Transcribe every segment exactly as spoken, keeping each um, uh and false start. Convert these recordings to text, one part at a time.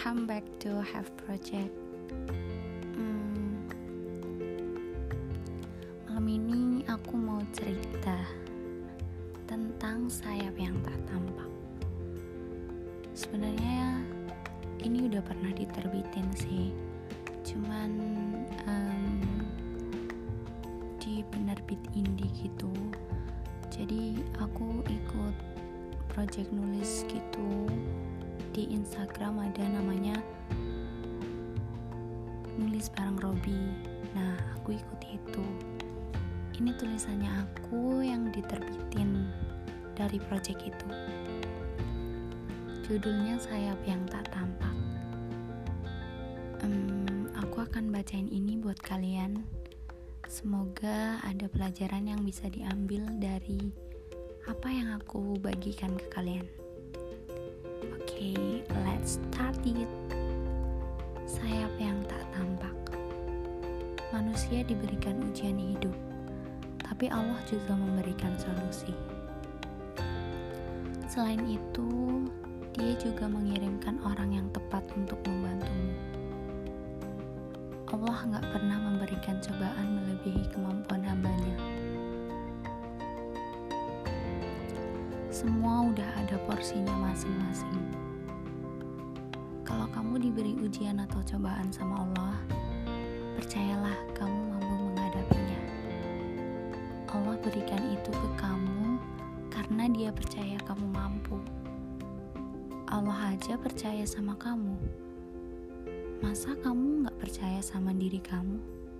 Welcome back to Have Project. hmm, Malam ini aku mau cerita tentang sayap yang tak tampak. Sebenarnya ini udah pernah diterbitin sih, cuman um, di penerbit indie gitu. Jadi aku ikut project nulis gitu. Di Instagram ada namanya Nulis Bareng Robi. Nah, aku ikut itu. Ini tulisannya aku yang diterbitin dari project itu. Judulnya Sayap yang Tak Tampak. um, Aku akan bacain ini buat kalian. Semoga ada pelajaran yang bisa diambil dari apa yang aku bagikan ke kalian. Oke, okay, let's start it. Sayap yang tak tampak. Manusia diberikan ujian hidup, tapi Allah juga memberikan solusi. Selain itu, Dia juga mengirimkan orang yang tepat untuk membantumu. Allah gak pernah memberikan cobaan melebihi kemampuan hambanya. Semua udah ada porsinya masing-masing. Kalau kamu diberi ujian atau cobaan sama Allah, percayalah kamu mampu menghadapinya. Allah berikan itu ke kamu karena Dia percaya kamu mampu. Allah aja percaya sama kamu. Masa kamu gak percaya sama diri kamu?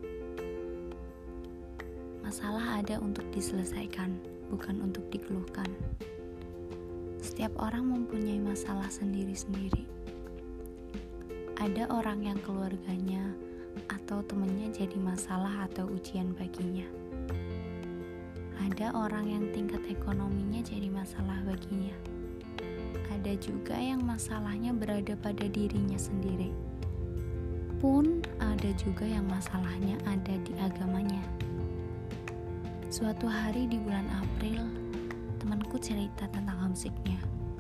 Masalah ada untuk diselesaikan, bukan untuk dikeluhkan. Setiap orang mempunyai masalah sendiri-sendiri. Ada orang yang keluarganya atau temannya jadi masalah atau ujian baginya. Ada orang yang tingkat ekonominya jadi masalah baginya. Ada juga yang masalahnya berada pada dirinya sendiri. Pun ada juga yang masalahnya ada di agamanya. Suatu hari di bulan April, temanku cerita tentang homesicknya.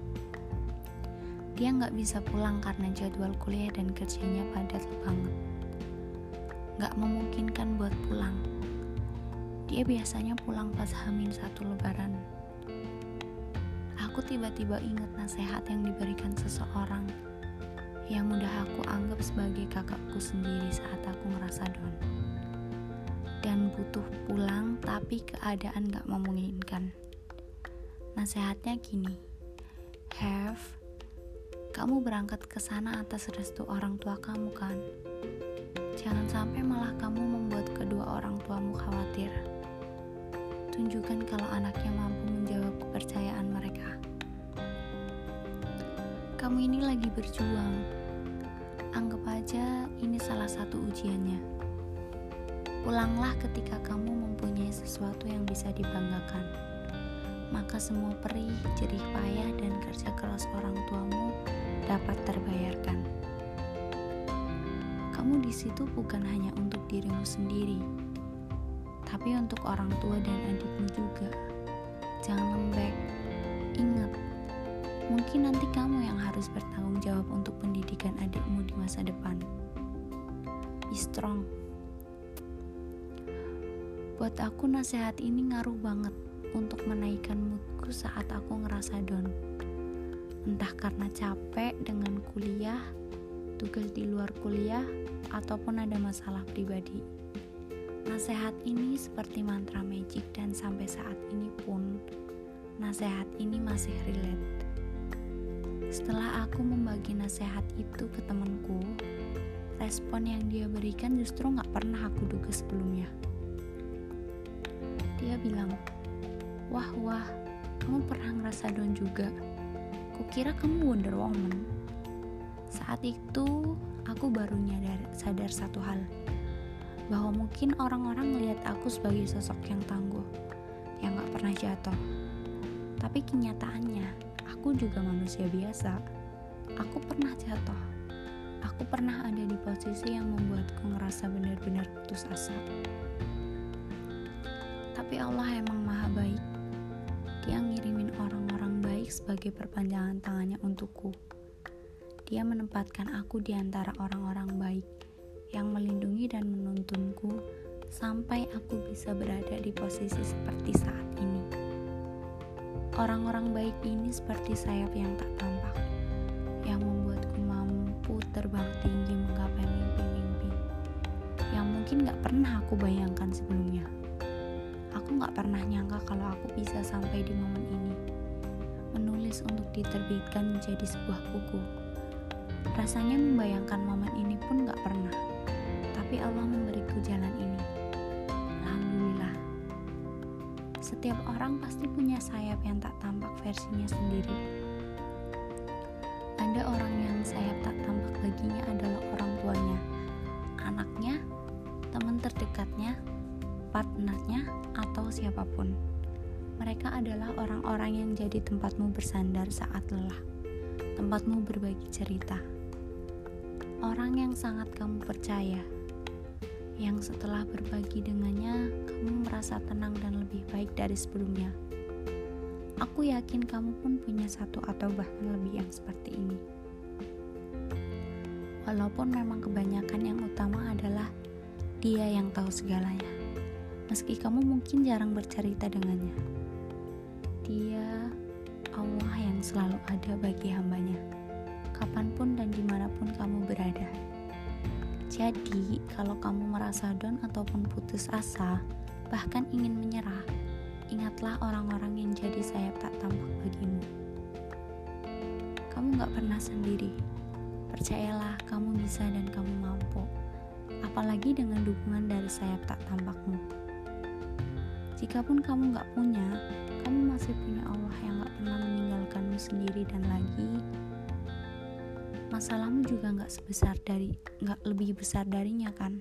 Dia gak bisa pulang karena jadwal kuliah dan kerjanya padat banget. Gak memungkinkan buat pulang. Dia biasanya pulang pas Hamin satu lebaran. Aku tiba-tiba ingat nasihat yang diberikan seseorang yang udah aku anggap sebagai kakakku sendiri saat aku ngerasa down dan butuh pulang tapi keadaan gak memungkinkan. Nasihatnya gini, Have, kamu berangkat ke sana atas restu orang tua kamu kan? Jangan sampai malah kamu membuat kedua orang tuamu khawatir. Tunjukkan kalau anaknya mampu menjawab kepercayaan mereka. Kamu ini lagi berjuang. Anggap aja ini salah satu ujiannya. Pulanglah ketika kamu mempunyai sesuatu yang bisa dibanggakan. Maka semua perih, jerih payah, dan kerja keras orang tuamu dapat terbayarkan. Kamu di situ bukan hanya untuk dirimu sendiri, tapi untuk orang tua dan adikmu juga. Jangan lembek. Ingat, mungkin nanti kamu yang harus bertanggung jawab untuk pendidikan adikmu di masa depan. Be strong. Buat aku nasihat ini ngaruh banget untuk menaikkan moodku saat aku ngerasa down. Entah karena capek dengan kuliah, tugas di luar kuliah, ataupun ada masalah pribadi. Nasihat ini seperti mantra magic dan sampai saat ini pun nasihat ini masih relate. Setelah aku membagi nasihat itu ke temanku, respon yang dia berikan justru gak pernah aku duga sebelumnya. Dia bilang, Wah wah, kamu pernah ngerasa down juga. Kukira kamu Wonder Woman. Saat itu aku baru nyadar sadar satu hal, bahwa mungkin orang-orang melihat aku sebagai sosok yang tangguh, yang gak pernah jatuh. Tapi kenyataannya, aku juga manusia biasa. Aku pernah jatuh. Aku pernah ada di posisi yang membuatku ngerasa benar-benar putus asa. Tapi Allah emang maha baik. Dia ngirimin orang-orang baik sebagai perpanjangan tangannya untukku. Dia menempatkan aku di antara orang-orang baik yang melindungi dan menuntunku sampai aku bisa berada di posisi seperti saat ini. Orang-orang baik ini seperti sayap yang tak tampak, yang membuatku mampu terbang tinggi menggapai mimpi-mimpi yang mungkin gak pernah aku bayangkan sebelumnya. Aku gak pernah nyangka kalau aku bisa sampai di momen ini, menulis untuk diterbitkan menjadi sebuah buku. Rasanya membayangkan momen ini pun gak pernah, tapi Allah memberiku jalan ini. Alhamdulillah. Setiap orang pasti punya sayap yang tak tampak versinya sendiri. Ada orang yang sayap tak tampak baginya adalah orang tuanya, anaknya, teman terdekatnya, partnernya, atau siapapun. Mereka adalah orang-orang yang jadi tempatmu bersandar saat lelah, tempatmu berbagi cerita. Orang yang sangat kamu percaya, yang setelah berbagi dengannya, kamu merasa tenang dan lebih baik dari sebelumnya. Aku yakin kamu pun punya satu atau bahkan lebih yang seperti ini. Walaupun memang kebanyakan yang utama adalah dia yang tahu segalanya, meski kamu mungkin jarang bercerita dengannya. Dia Allah yang selalu ada bagi hambanya, kapanpun dan dimanapun kamu berada. Jadi, kalau kamu merasa down ataupun putus asa, bahkan ingin menyerah, ingatlah orang-orang yang jadi sayap tak tampak bagimu. Kamu gak pernah sendiri. Percayalah, kamu bisa dan kamu mampu. Apalagi dengan dukungan dari sayap tak tampakmu. Jikapun kamu gak punya, kamu masih punya Allah yang gak pernah meninggalkanmu sendiri, dan lagi masalahmu juga gak sebesar dari, gak lebih besar darinya kan?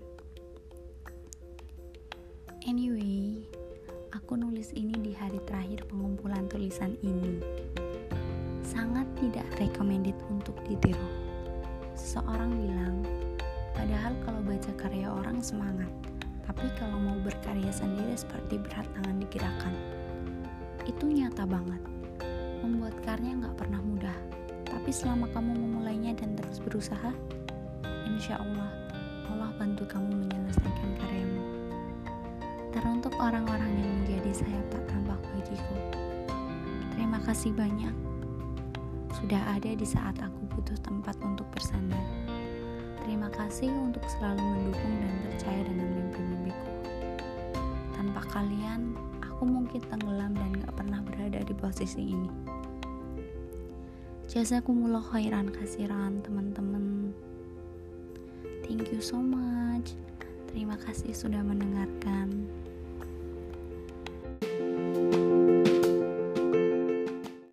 Anyway, aku nulis ini di hari terakhir pengumpulan tulisan ini. Sangat tidak recommended untuk ditiru. Seseorang bilang, padahal kalau baca karya orang semangat, tapi kalau mau berkarya sendiri seperti berat tangan digerakkan. Itu nyata banget. Membuat karya gak pernah mudah, tapi selama kamu memulainya dan terus berusaha, insya Allah, Allah bantu kamu menyelesaikan karyamu. Teruntuk orang-orang yang menjadi sayap tak tampak bagiku, terima kasih banyak sudah ada di saat aku butuh tempat untuk bersandar. Terima kasih untuk selalu mendukung dan percaya dengan mimpi-mimpiku. Tanpa kalian, aku mungkin tenggelam dan gak pernah berada di posisi ini. Jazakumullah khairan kasiran teman-teman. Thank you so much. Terima kasih sudah mendengarkan.